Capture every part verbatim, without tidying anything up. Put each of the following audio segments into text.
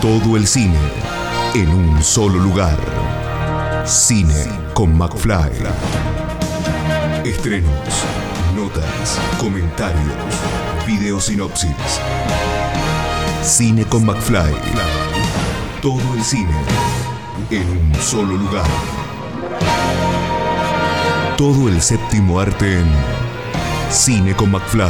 Todo el cine en un solo lugar. Cine con McFly. Estrenos, notas, comentarios, videosinopsis. Cine con McFly. Todo el cine en un solo lugar. Todo el séptimo arte en Cine con McFly.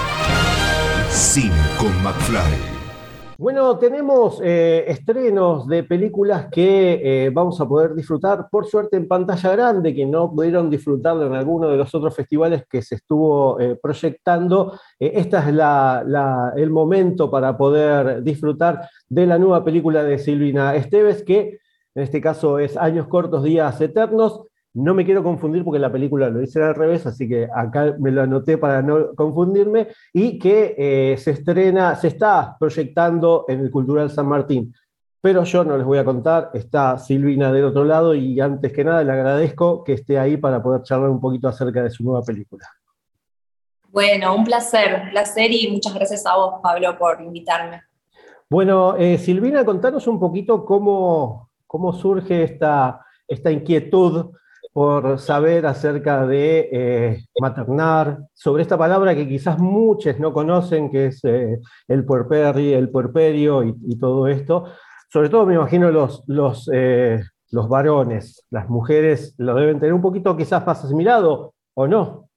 Cine con McFly. Bueno, tenemos eh, estrenos de películas que eh, vamos a poder disfrutar, por suerte, en pantalla grande, que no pudieron disfrutarlo en alguno de los otros festivales que se estuvo eh, proyectando. Eh, este es la, la, el momento para poder disfrutar de la nueva película de Silvina Esteves, que en este caso es Años Cortos, Días Eternos. No me quiero confundir porque la película lo hice al revés, así que acá me lo anoté para no confundirme, y que eh, se estrena, se está proyectando en el Cultural San Martín. Pero yo no les voy a contar, está Silvina del otro lado, y antes que nada le agradezco que esté ahí para poder charlar un poquito acerca de su nueva película. Bueno, un placer, un placer y muchas gracias a vos, Pablo, por invitarme. Bueno, eh, Silvina, contanos un poquito cómo, cómo surge esta, esta inquietud por saber acerca de eh, maternar, sobre esta palabra que quizás muchos no conocen, que es eh, el puerperi, el puerperio y, y todo esto. Sobre todo me imagino los, los, eh, los varones, las mujeres lo deben tener un poquito quizás más asimilado, ¿o no?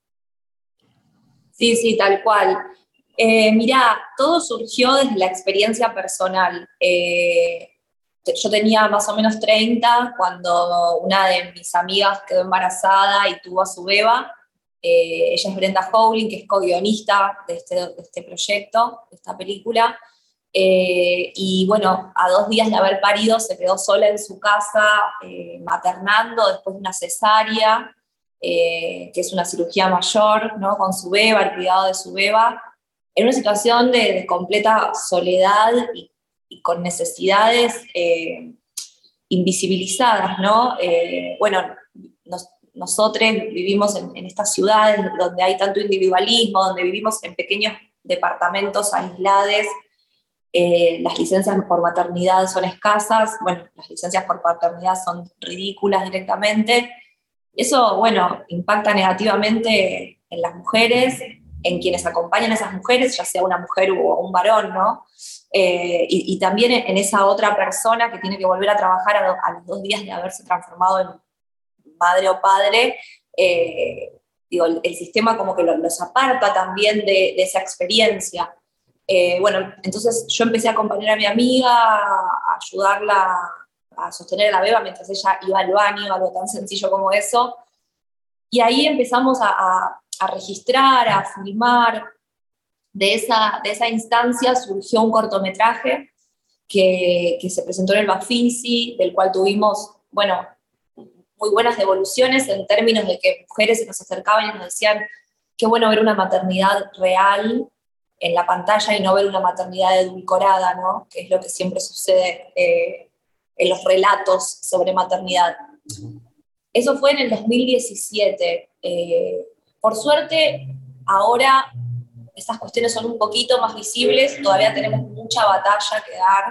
Sí, sí, tal cual. Eh, mirá, todo surgió desde la experiencia personal. Eh, Yo tenía más o menos treinta cuando una de mis amigas quedó embarazada y tuvo a su beba. Eh, ella es Brenda Howling, que es co-guionista de este, de este proyecto, de esta película. Eh, y bueno, a dos días de haber parido se quedó sola en su casa, eh, maternando después de una cesárea, eh, que es una cirugía mayor, ¿no? Con su beba, el cuidado de su beba, en una situación de, de completa soledad y y con necesidades eh, invisibilizadas, ¿no? Eh, bueno, nos, nosotros vivimos en, en estas ciudades donde hay tanto individualismo, donde vivimos en pequeños departamentos aislados, eh, las licencias por maternidad son escasas, bueno, las licencias por paternidad son ridículas directamente. Eso, bueno, impacta negativamente en las mujeres, en quienes acompañan a esas mujeres, ya sea una mujer o un varón, ¿no? Eh, y, y también en esa otra persona que tiene que volver a trabajar a, do, a los dos días de haberse transformado en madre o padre. Eh, digo, el, el sistema como que lo, los aparta también de, de esa experiencia. Eh, bueno, entonces yo empecé a acompañar a mi amiga, a ayudarla a sostener a la beba mientras ella iba al baño, algo tan sencillo como eso. Y ahí empezamos a, a, a registrar, a filmar. De esa, de esa instancia surgió un cortometraje que, que se presentó en el Bafisi, del cual tuvimos, bueno, muy buenas devoluciones en términos de que mujeres se nos acercaban y nos decían qué bueno ver una maternidad real en la pantalla y no ver una maternidad edulcorada, ¿no? Que es lo que siempre sucede eh, en los relatos sobre maternidad. Eso fue en el dos mil diecisiete. Eh, por suerte, ahora estas cuestiones son un poquito más visibles, todavía tenemos mucha batalla que dar,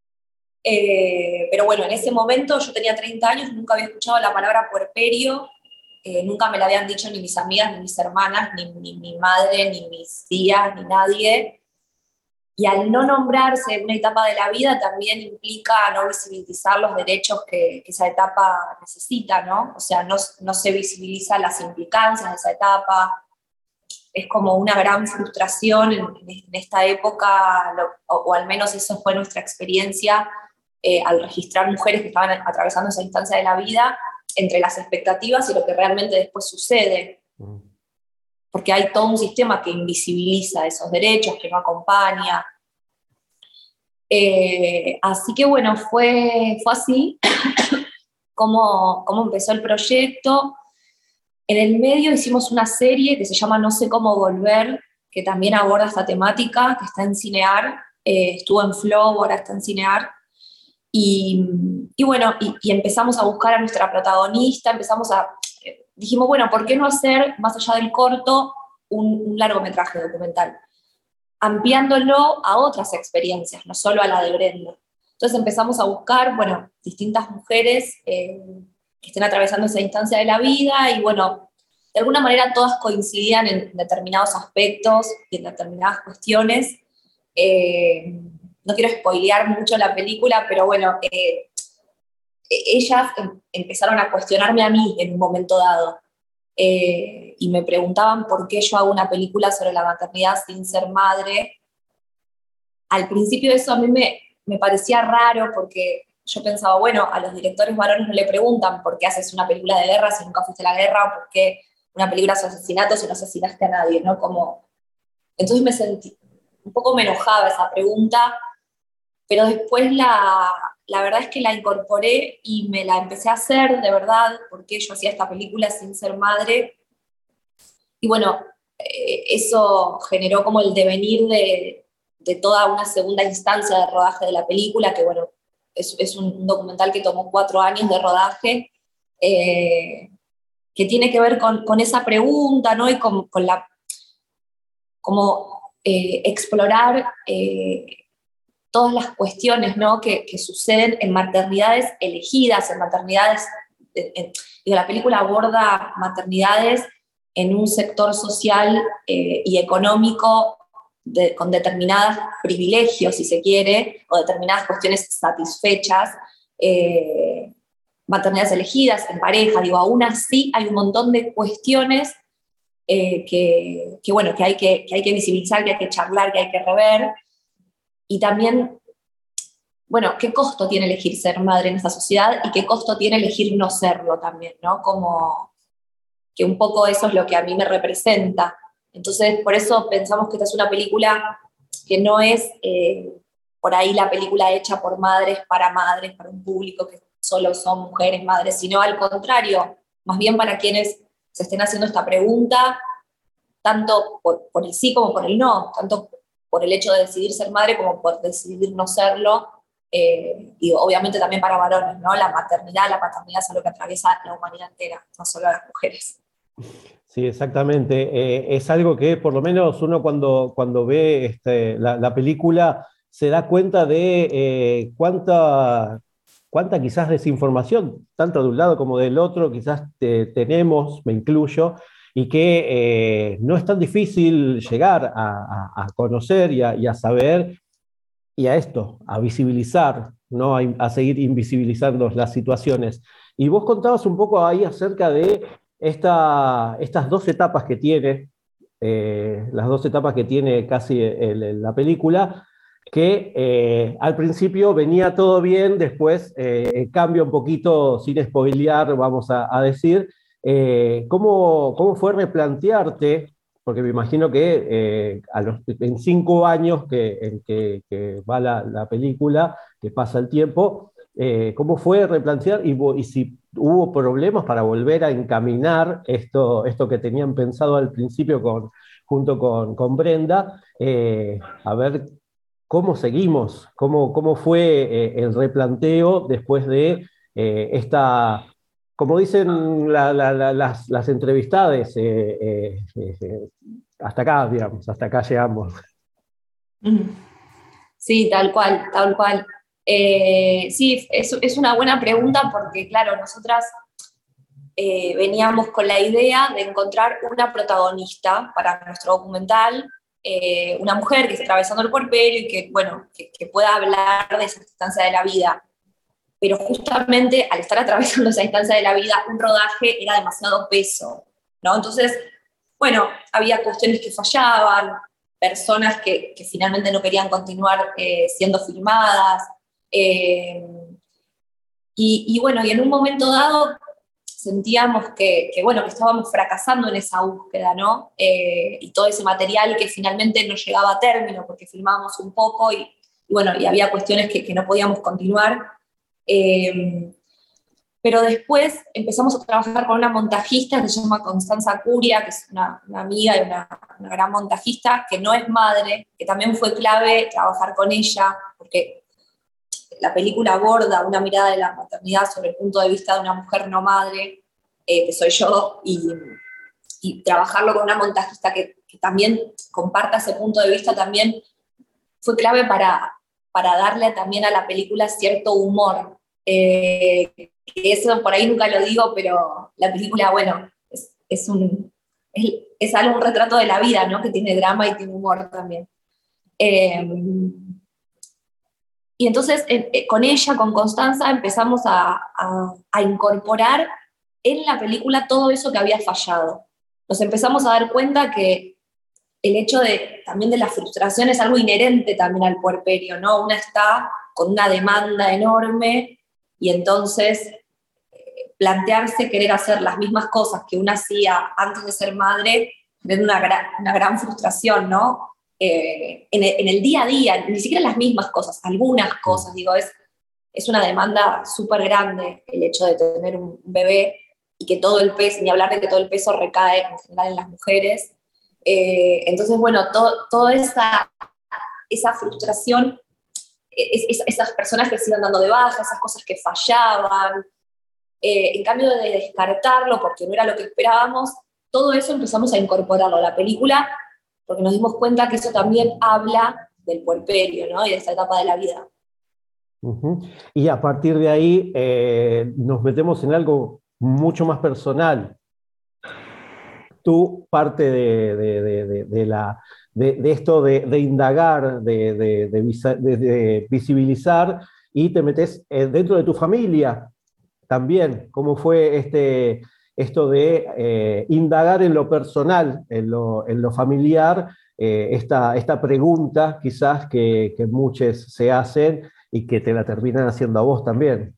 eh, pero bueno, en ese momento yo tenía treinta años, nunca había escuchado la palabra puerperio, eh, nunca me la habían dicho ni mis amigas, ni mis hermanas, ni, ni mi madre, ni mis tías, ni nadie, y al no nombrarse en una etapa de la vida también implica no visibilizar los derechos que, que esa etapa necesita, ¿no? O sea, no, no se visibiliza las implicancias de esa etapa. Es como una gran frustración en, en esta época, lo, o, o al menos eso fue nuestra experiencia eh, al registrar mujeres que estaban atravesando esa instancia de la vida, entre las expectativas y lo que realmente después sucede. Porque hay todo un sistema que invisibiliza esos derechos, que no acompaña. Eh, así que bueno, fue, fue así como, como empezó el proyecto. En el medio hicimos una serie que se llama No sé cómo volver, que también aborda esta temática, que está en Cinear, eh, estuvo en Flow, ahora está en Cinear, y, y bueno, y, y empezamos a buscar a nuestra protagonista, empezamos a, eh, dijimos, bueno, ¿por qué no hacer, más allá del corto, un, un largometraje documental? Ampliándolo a otras experiencias, no solo a la de Brenda. Entonces empezamos a buscar, bueno, distintas mujeres eh, que estén atravesando esa instancia de la vida y bueno, de alguna manera todas coincidían en determinados aspectos y en determinadas cuestiones. Eh, no quiero spoilear mucho la película, pero bueno, eh, ellas em- empezaron a cuestionarme a mí en un momento dado. Eh, y me preguntaban por qué yo hago una película sobre la maternidad sin ser madre. Al principio eso a mí me, me parecía raro porque yo pensaba, bueno, a los directores varones no le preguntan por qué haces una película de guerra si nunca fuiste a la guerra, o por qué una película sobre asesinatos si no asesinaste a nadie, ¿no? Como, entonces me sentí, un poco me enojaba esa pregunta, pero después la, la verdad es que la incorporé y me la empecé a hacer de verdad, porque yo hacía esta película sin ser madre, y bueno, eh, eso generó como el devenir de, de toda una segunda instancia de rodaje de la película, que bueno, es, es un documental que tomó cuatro años de rodaje, eh, que tiene que ver con, con esa pregunta, ¿no? Y con, con la, como eh, explorar eh, todas las cuestiones, ¿no? que, que suceden en maternidades elegidas, en maternidades, en, en, digo, la película aborda maternidades en un sector social eh, y económico de, con determinados privilegios, si se quiere, o determinadas cuestiones satisfechas, eh, maternidades elegidas, en pareja, digo, aún así hay un montón de cuestiones eh, que, que, bueno, que hay que, que hay que visibilizar, que hay que charlar, que hay que rever, y también, bueno, qué costo tiene elegir ser madre en esta sociedad y qué costo tiene elegir no serlo también, ¿no? Como que un poco eso es lo que a mí me representa. Entonces, por eso pensamos que esta es una película que no es eh, por ahí la película hecha por madres, para madres, para un público que solo son mujeres madres, sino al contrario, más bien para quienes se estén haciendo esta pregunta, tanto por, por el sí como por el no, tanto por el hecho de decidir ser madre como por decidir no serlo, eh, y obviamente también para varones, ¿no? La maternidad, la paternidad es algo que atraviesa la humanidad entera, no solo a las mujeres. Sí, exactamente. Eh, es algo que por lo menos uno cuando, cuando ve este, la, la película se da cuenta de eh, cuánta, cuánta quizás desinformación, tanto de un lado como del otro, quizás te, tenemos, me incluyo, y que eh, no es tan difícil llegar a, a- a conocer y a, y a saber, y a esto, a visibilizar, ¿no? A, a seguir invisibilizando las situaciones. Y vos contabas un poco ahí acerca de esta, estas dos etapas que tiene, eh, las dos etapas que tiene casi el- el- la película, que eh, al principio venía todo bien, después eh, cambia un poquito, sin spoilear, vamos a, a decir, eh, ¿cómo, cómo fue replantearte? Porque me imagino que eh, a los, en cinco años que, en que, que va la, la película, que pasa el tiempo, eh, ¿cómo fue replantear y, y si hubo problemas para volver a encaminar esto, esto que tenían pensado al principio con, junto con, con Brenda? Eh, a ver cómo seguimos, cómo, cómo fue eh, el replanteo después de eh, esta, como dicen la, la, la, las, las entrevistadas, eh, eh, eh, hasta acá, digamos, hasta acá llegamos. Sí, tal cual, tal cual. Eh, sí, es, es una buena pregunta porque, claro, nosotras eh, veníamos con la idea de encontrar una protagonista para nuestro documental, eh, una mujer que esté atravesando el puerperio y que, bueno, que, que pueda hablar de esa instancia de la vida. Pero justamente al estar atravesando esa instancia de la vida, un rodaje era demasiado peso, ¿no? Entonces, bueno, había cuestiones que fallaban, personas que, que finalmente no querían continuar eh, siendo filmadas, eh, y, y bueno, y en un momento dado sentíamos que, que, bueno, que estábamos fracasando en esa búsqueda, ¿no? Eh, y todo ese material que finalmente no llegaba a término porque filmábamos un poco y, y bueno, y había cuestiones que, que no podíamos continuar. Eh, pero después empezamos a trabajar con una montajista que se llama Constanza Curia, que es una, una amiga y una, una gran montajista, que no es madre, que también fue clave trabajar con ella, porque la película aborda una mirada de la maternidad sobre el punto de vista de una mujer no madre, eh, que soy yo, y, y trabajarlo con una montajista que, que también comparta ese punto de vista también fue clave para, para darle también a la película cierto humor. Eh, que eso por ahí nunca lo digo, pero la película, bueno, es, es, un, es, es algo, un retrato de la vida, ¿no? Que tiene drama y tiene humor también. Eh, y entonces eh, con ella, con Constanza, empezamos a, a, a incorporar en la película todo eso que había fallado. Nos empezamos a dar cuenta que el hecho de, también de la frustración es algo inherente también al puerperio, ¿no? Una está con una demanda enorme y entonces eh, plantearse querer hacer las mismas cosas que una hacía antes de ser madre, de una gran, una gran frustración, ¿no? Eh, en, el, en el día a día, ni siquiera las mismas cosas, algunas cosas, digo, es, es una demanda súper grande el hecho de tener un bebé y que todo el peso, ni hablar de que todo el peso recae en general en las mujeres. Eh, entonces, bueno, to, toda esa, esa frustración, es, es, esas personas que se iban dando de baja, esas cosas que fallaban, eh, en cambio de descartarlo porque no era lo que esperábamos, todo eso empezamos a incorporarlo a la película porque nos dimos cuenta que eso también habla del puerperio, ¿no? Y de esta etapa de la vida. Uh-huh. Y a partir de ahí eh, nos metemos en algo mucho más personal. Tú parte de, de, de, de, de, la, de, de esto de, de indagar, de, de, de, visa, de, de visibilizar, y te metes dentro de tu familia también. ¿Cómo fue este, esto de eh, indagar en lo personal, en lo, en lo familiar, eh, esta, esta pregunta quizás que, que muchos se hacen y que te la terminan haciendo a vos también?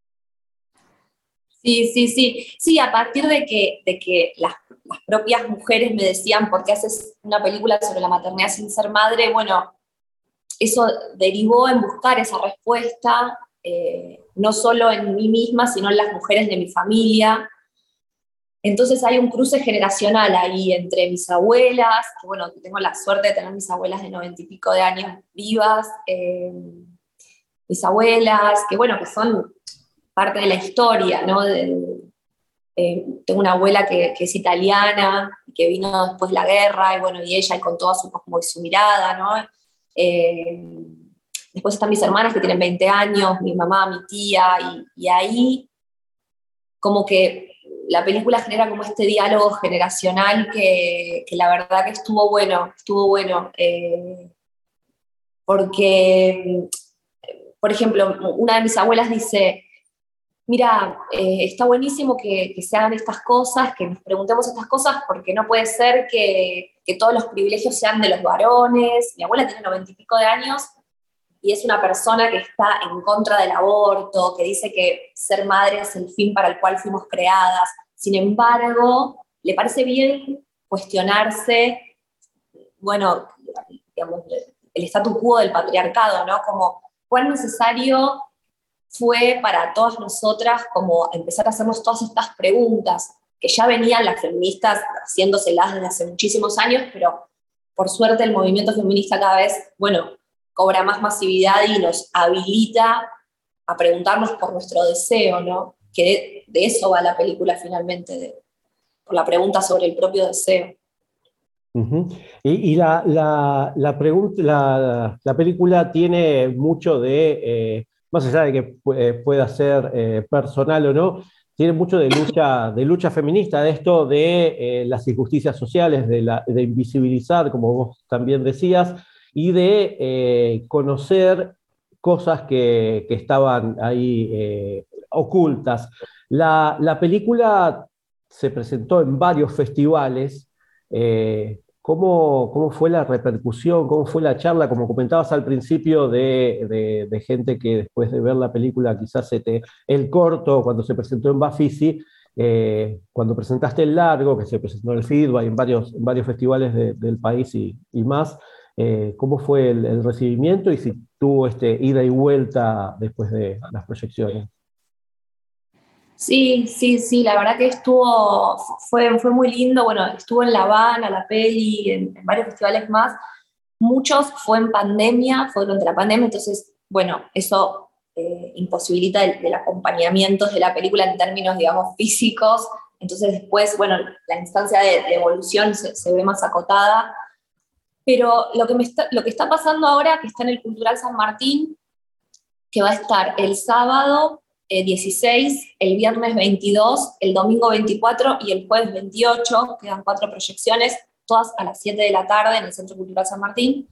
Sí, sí, sí. Sí, a partir de que, de que las, las propias mujeres me decían, ¿por qué haces una película sobre la maternidad sin ser madre? Bueno, eso derivó en buscar esa respuesta, eh, no solo en mí misma, sino en las mujeres de mi familia. Entonces hay un cruce generacional ahí entre mis abuelas, que bueno, tengo la suerte de tener mis abuelas de noventa y pico de años vivas, eh, mis abuelas, que bueno, que son parte de la historia, ¿no? De, eh, tengo una abuela que, que es italiana, que vino después de la guerra, y bueno, y ella con toda su, como su mirada, ¿no? Eh, después están mis hermanas que tienen veinte años, mi mamá, mi tía, y, y ahí como que la película genera como este diálogo generacional que, que la verdad que estuvo bueno, estuvo bueno, eh, porque, por ejemplo, una de mis abuelas dice, mira, eh, está buenísimo que, que se hagan estas cosas, que nos preguntemos estas cosas, porque no puede ser que, que todos los privilegios sean de los varones. Mi abuela tiene noventa y pico de años y es una persona que está en contra del aborto, que dice que ser madre es el fin para el cual fuimos creadas. Sin embargo, le parece bien cuestionarse, bueno, digamos, el statu quo del patriarcado, ¿no? Como cuán necesario fue para todas nosotras como empezar a hacernos todas estas preguntas, que ya venían las feministas haciéndoselas desde hace muchísimos años, pero por suerte el movimiento feminista cada vez, bueno, cobra más masividad y nos habilita a preguntarnos por nuestro deseo, ¿no? Que de, de eso va la película finalmente, de, por la pregunta sobre el propio deseo. Uh-huh. Y, y la, la, la, pregunta, la, la película tiene mucho de, eh, más allá de que eh, pueda ser eh, personal o no, tiene mucho de lucha, de lucha feminista, de esto de eh, las injusticias sociales, de, la, de invisibilizar, como vos también decías, y de eh, conocer cosas que, que estaban ahí eh, ocultas. La, la película se presentó en varios festivales. Eh, ¿cómo, ¿Cómo fue la repercusión? ¿Cómo fue la charla? Como comentabas al principio de, de, de gente que después de ver la película quizás se te, el corto, cuando se presentó en Bafisi, eh, cuando presentaste el largo, que se presentó en el Feedback, en varios, en varios festivales de, del país y, y más, eh, ¿cómo fue el, el recibimiento y si tuvo este ida y vuelta después de las proyecciones? Sí, sí, sí, la verdad que estuvo, fue, fue muy lindo, bueno, estuvo en La Habana, la peli, en, en varios festivales más, muchos fue en pandemia, fue durante la pandemia, entonces, bueno, eso eh, imposibilita el, el acompañamiento de la película en términos, digamos, físicos, entonces después, bueno, la instancia de, de evolución se, se ve más acotada, Pero lo que, me está, lo que está pasando ahora, que está en el Cultural San Martín, que va a estar el sábado eh, dieciséis, el viernes veintidós, el domingo veinticuatro y el jueves veintiocho, quedan cuatro proyecciones, todas a las siete de la tarde en el Centro Cultural San Martín.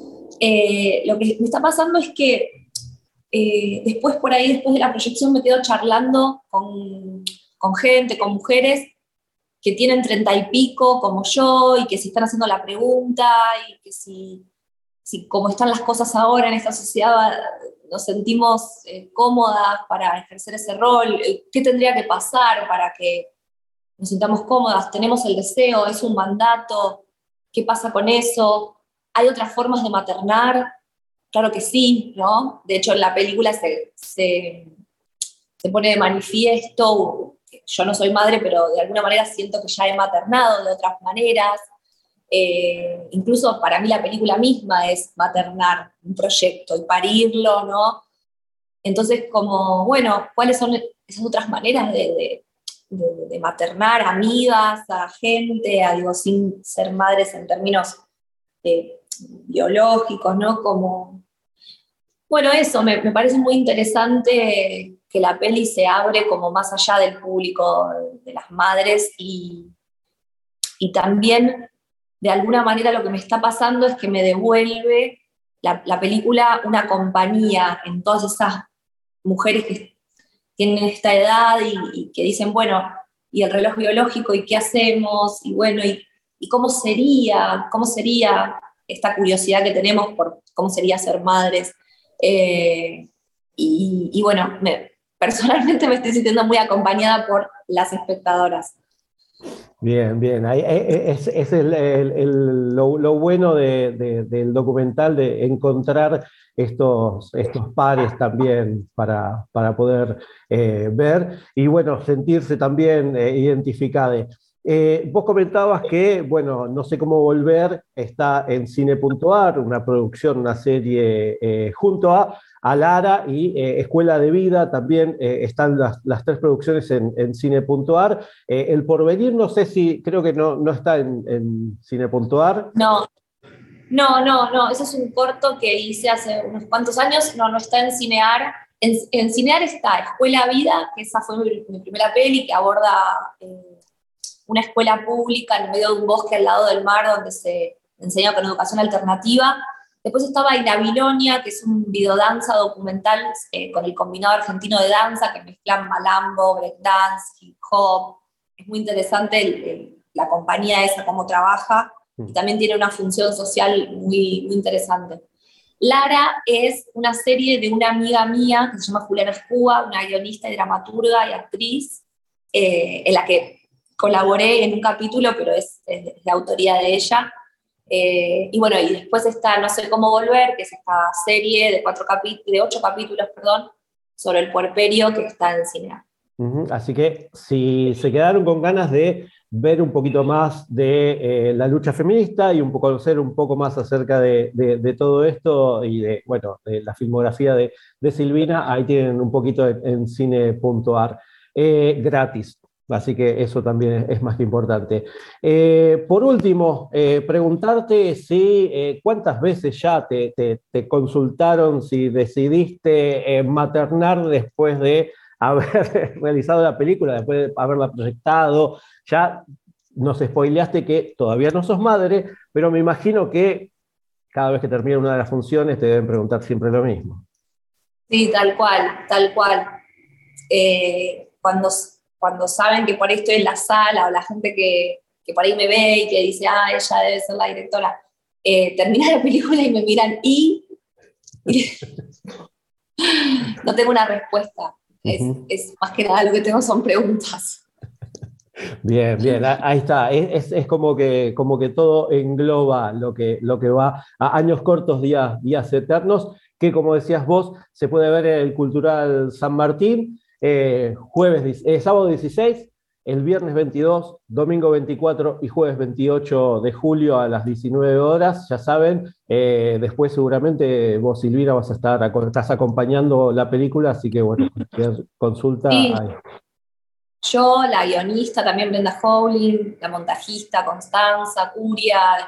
Eh, lo que me está pasando es que eh, después por ahí, después de la proyección, me quedo charlando con, con gente, con mujeres que tienen treinta y pico como yo y que se están haciendo la pregunta y que si, si como están las cosas ahora en esta sociedad nos sentimos eh, cómodas para ejercer ese rol, qué tendría que pasar para que nos sintamos cómodas, tenemos el deseo, es un mandato, qué pasa con eso, hay otras formas de maternar, claro que sí, ¿no? De hecho en la película se, se, se pone de manifiesto. Yo no soy madre, pero de alguna manera siento que ya he maternado de otras maneras. Eh, incluso para mí la película misma es maternar un proyecto y parirlo, ¿no? Entonces, como, bueno, ¿cuáles son esas otras maneras de, de, de, de maternar amigas, a gente, a, digo, sin ser madres en términos eh, biológicos, ¿no? Como, bueno, eso, me, me parece muy interesante que la peli se abre como más allá del público, de las madres, y, y también, de alguna manera, lo que me está pasando es que me devuelve la, la película una compañía en todas esas mujeres que tienen esta edad y, y que dicen, bueno, y el reloj biológico, y qué hacemos, y bueno, y, y cómo sería, cómo sería esta curiosidad que tenemos por cómo sería ser madres. Eh, y, y bueno, me, personalmente me estoy sintiendo muy acompañada por las espectadoras. Bien, bien. Ahí, es, es el, el, el, lo, lo bueno de, de, del documental, de encontrar estos, estos pares también para, para poder eh, ver y, bueno, sentirse también eh, identificada. Eh, vos comentabas que, bueno, No sé cómo volver está en Cine punto a r, una producción, una serie eh, junto a, a Lara y eh, Escuela de Vida, también eh, están las, las tres producciones en, en Cine punto a r. Eh, El Porvenir, no sé si, creo que no, no está en, en Cine punto a r. No, no, no, no, eso es un corto que hice hace unos cuantos años, no, no está en Cinear. En, en Cinear está Escuela Vida, que esa fue mi, mi primera peli, que aborda eh, una escuela pública en medio de un bosque al lado del mar donde se enseña con educación alternativa. Después estaba Babilonia, que es un videodanza documental eh, con el combinado argentino de danza, que mezclan malambo, breakdance, hip hop. Es muy interesante el, el, la compañía esa, cómo trabaja, y también tiene una función social muy, muy interesante. Lara es una serie de una amiga mía que se llama Juliana Escúa, una guionista y dramaturga y actriz, eh, en la que colaboré en un capítulo, pero es, es de, de autoría de ella. Eh, y bueno, y después está No sé cómo volver, que es esta serie de, cuatro capi- de ocho capítulos, perdón, sobre el puerperio, que está en Cinear. Uh-huh. Así que si se quedaron con ganas de ver un poquito más de eh, la lucha feminista y un poco conocer un poco más acerca de, de, de todo esto y de, bueno, de la filmografía de, de Silvina, ahí tienen un poquito en, en Cine punto a r, eh, gratis. Así que eso también es más que importante. Eh, por último, eh, preguntarte si eh, cuántas veces ya te, te, te consultaron si decidiste eh, maternar después de haber realizado la película, después de haberla proyectado. Ya nos spoileaste que todavía no sos madre, pero me imagino que cada vez que termina una de las funciones te deben preguntar siempre lo mismo. Sí, tal cual, tal cual. Eh, cuando... cuando saben que por ahí estoy en la sala, o la gente que, que por ahí me ve y que dice, ah, ella debe ser la directora, eh, termina la película y me miran y, y no tengo una respuesta. Es, uh-huh. es más que nada lo que tengo son preguntas. Bien, bien, ahí está. Es, es como, que, como que todo engloba lo que, lo que va a años cortos, días, días eternos, que como decías vos, se puede ver en el Cultural San Martín. Eh, jueves, eh, sábado dieciséis, el viernes veintidós, domingo veinticuatro y jueves veintiocho de julio a las diecinueve horas, ya saben. Eh, después seguramente vos, Silvina, vas a estar, estás acompañando la película, así que bueno, cualquier consulta. Sí. Ahí. Yo, la guionista, también Brenda Howling, la montajista Constanza, Curia, después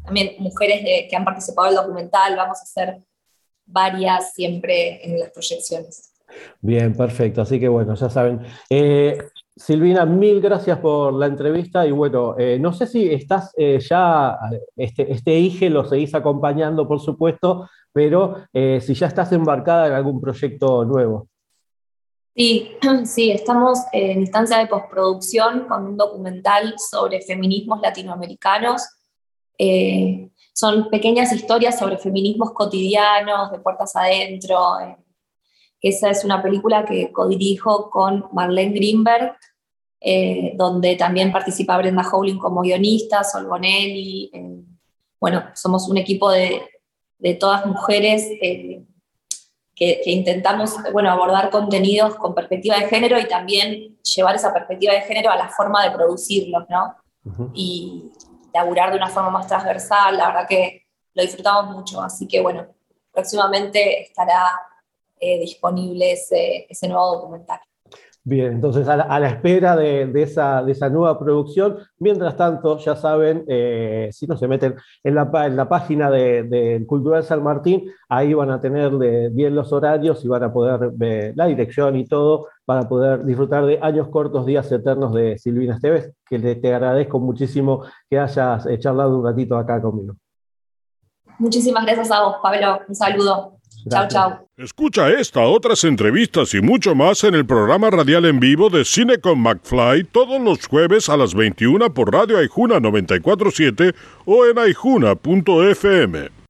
también mujeres de, que han participado del documental, vamos a hacer varias siempre en las proyecciones. Bien, perfecto. Así que bueno, ya saben. Eh, Silvina, mil gracias por la entrevista y bueno, eh, no sé si estás eh, ya, este, este I G E lo seguís acompañando, por supuesto, pero eh, si ya estás embarcada en algún proyecto nuevo. Sí, sí, estamos en instancia de postproducción con un documental sobre feminismos latinoamericanos. Eh, son pequeñas historias sobre feminismos cotidianos, de puertas adentro. Eh, esa es una película que codirijo con Marlene Greenberg, eh, donde también participa Brenda Howling como guionista, Sol Bonelli. Eh, bueno, somos un equipo de, de todas mujeres eh, que, que intentamos bueno, abordar contenidos con perspectiva de género y también llevar esa perspectiva de género a la forma de producirlos, ¿no? Uh-huh. Y laburar de una forma más transversal, la verdad que lo disfrutamos mucho, así que bueno, próximamente estará eh, disponible ese, ese nuevo documental. Bien, entonces a la, a la espera de, de, esa, de esa nueva producción, mientras tanto, ya saben, eh, si no se meten en la, en la página del de Cultural San Martín, ahí van a tener de, bien los horarios y van a poder ver la dirección y todo, para poder disfrutar de Años Cortos, Días Eternos de Silvina Esteves, que te, te agradezco muchísimo que hayas charlado un ratito acá conmigo. Muchísimas gracias a vos, Pablo. Un saludo. Chau, chau. Escucha esta, otras entrevistas y mucho más en el programa radial en vivo de Cine con McFly todos los jueves a las veintiuna por Radio Aijuna noventa y cuatro punto siete o en aijuna punto f m.